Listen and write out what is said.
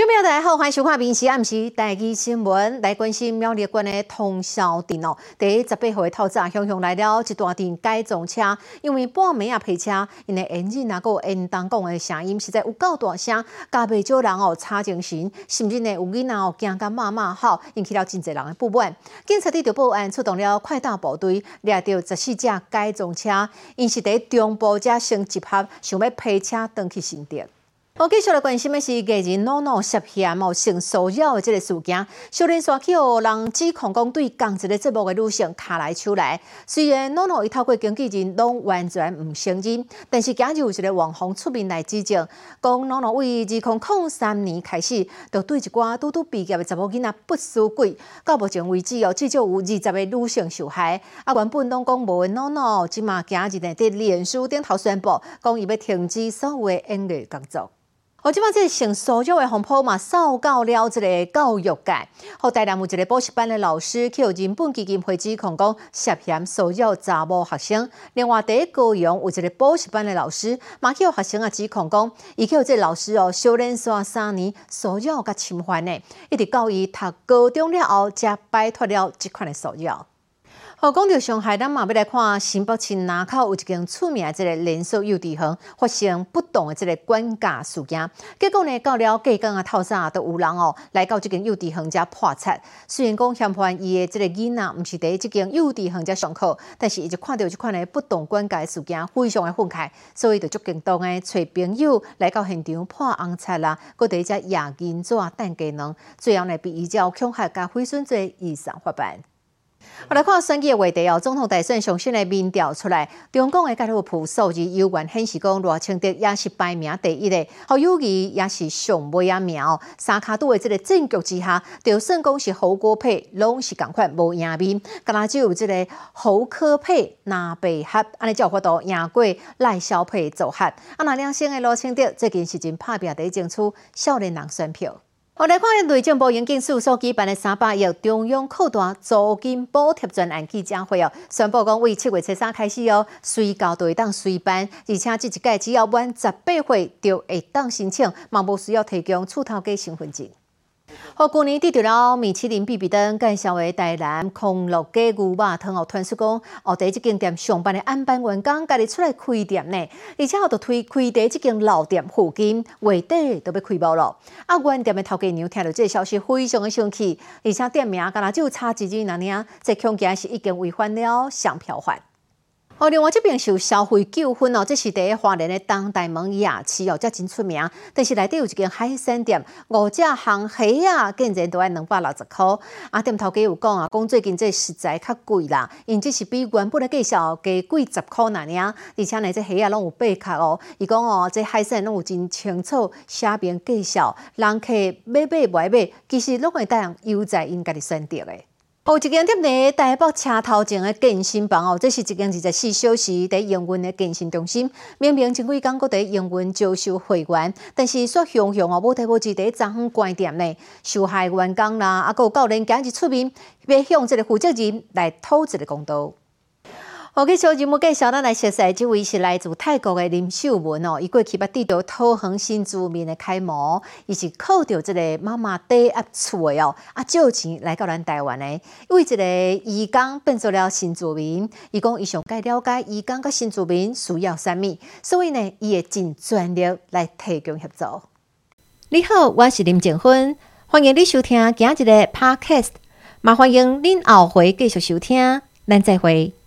众朋友大家好，欢迎收看平时暗时台语新闻。来关心苗栗县的通霄镇哦，第18号透早向来了一大阵改装车，因为半暝啊配车，因的烟瘾啊，有烟筒讲的声音实在有够大声，加袂少人哦吵精神，甚至呢有囡仔哦惊甲骂吼，引起了真侪人的不满。警察队就报案，出动了快打部队，掠到14架改装车，因是伫中部才先集合，想要批车转去新店。继续来关心的是艺人诺诺涉嫌性骚扰的这个事件。少年山去人指控讲对同一个节目的女性卡来手来。虽然诺诺伊透过经纪人拢完全唔承认，但是今日有一个网红出面来指证，讲诺诺为2003年开始，就对一寡拄毕业的查某囡仔不输鬼。到目前为止至少有20个女性受害。原本拢讲无的诺诺，即马今日呢伫脸书顶头宣布，讲伊要停止所有的演艺工作。即摆这个性骚扰的风波嘛，扫到了这个教育界。台南有一个补习班的老师去人本基金会指控讲涉嫌骚扰查某学生。另外，在高雄有一个补习班的老师，嘛去学生指控讲，伊去这老师少年山3年骚扰甲侵犯的，一直到伊读高中了后，才摆脱了这款的骚扰。讲到上海，咱嘛要来看新北市林口有一间出名的这个连锁幼稚园发生不当的这个管教事件。结果呢，到了隔天透早，都有人来到这间幼稚园才破产。虽然讲嫌犯伊的这个囡仔毋是伫这间幼稚园才上课，但是伊就看到这款的不当管教事件，非常的愤慨，所以就足激动的找朋友来到现场破红漆啦，搁伫只夜银纸等技能，最后呢被依照恐吓加毁损罪移送法办。来看选举的话题总统大选上新的民调出来，中共的盖洛普数字犹原显示讲赖清德也是排名第一的，尤其也是上尾名三卡度的这个战局之下，就算讲是侯国配，拢是同款无赢面，敢若只有这个侯科配拿白合，安尼才有法度赢过赖萧配组合。那两星的赖清德最近是真拍拼伫争取少年人选票。来看内政部营建署所举办的300亿中央扩大租金补贴专案记者会宣布讲为7月初3开始随教就会当随办，而且这一届只要满18岁就会当申请，嘛无需要提供厝头家身份证。去年得到了米其林必比登介绍的台南康乐街牛肉汤传出讲伫这间店上班的安班员工家己出来开店呢，而且就开伫这间老店附近，月底都要开幕了。原店的头家娘听到这消息非常的生气，而且店名敢若只有差一字那尔，这恐惊是已经违反了商标法。另外这边是有消费纠纷这是伫花莲的东大门夜市才真出名。但是内底有一间海鲜店，5只航虾竟然都要260块。店头家有讲讲最近这实在较贵啦，因这是比原本的介绍加贵10块那尔，而且呢这虾拢有背壳伊讲这海鲜拢有真清楚写明介绍，人客买不买，其实拢会当由在因家己选择的。一间店咧台北车头前的健身房这是一间24小时伫营运的健身中心。明明前几天搁伫营运招收会员，但是却常无代无志伫昨昏关店呢。受害员工啦，还有教练今日出面，要向这个负责人来讨一个公道。继续节目介绍，咱来熟悉这位是来自泰国的林秀文伊过去捌得到土恒新住民的楷模，伊是靠着这个妈妈底压厝的借钱来到咱台湾的，为一个移工变做了新住民。伊讲伊上该了解移工甲新住民需要啥物，所以呢，伊会尽全力来提供协助。你好，我是林静芬，欢迎你收听今日的 Podcast， 嘛欢迎恁后回继续收听，咱再会。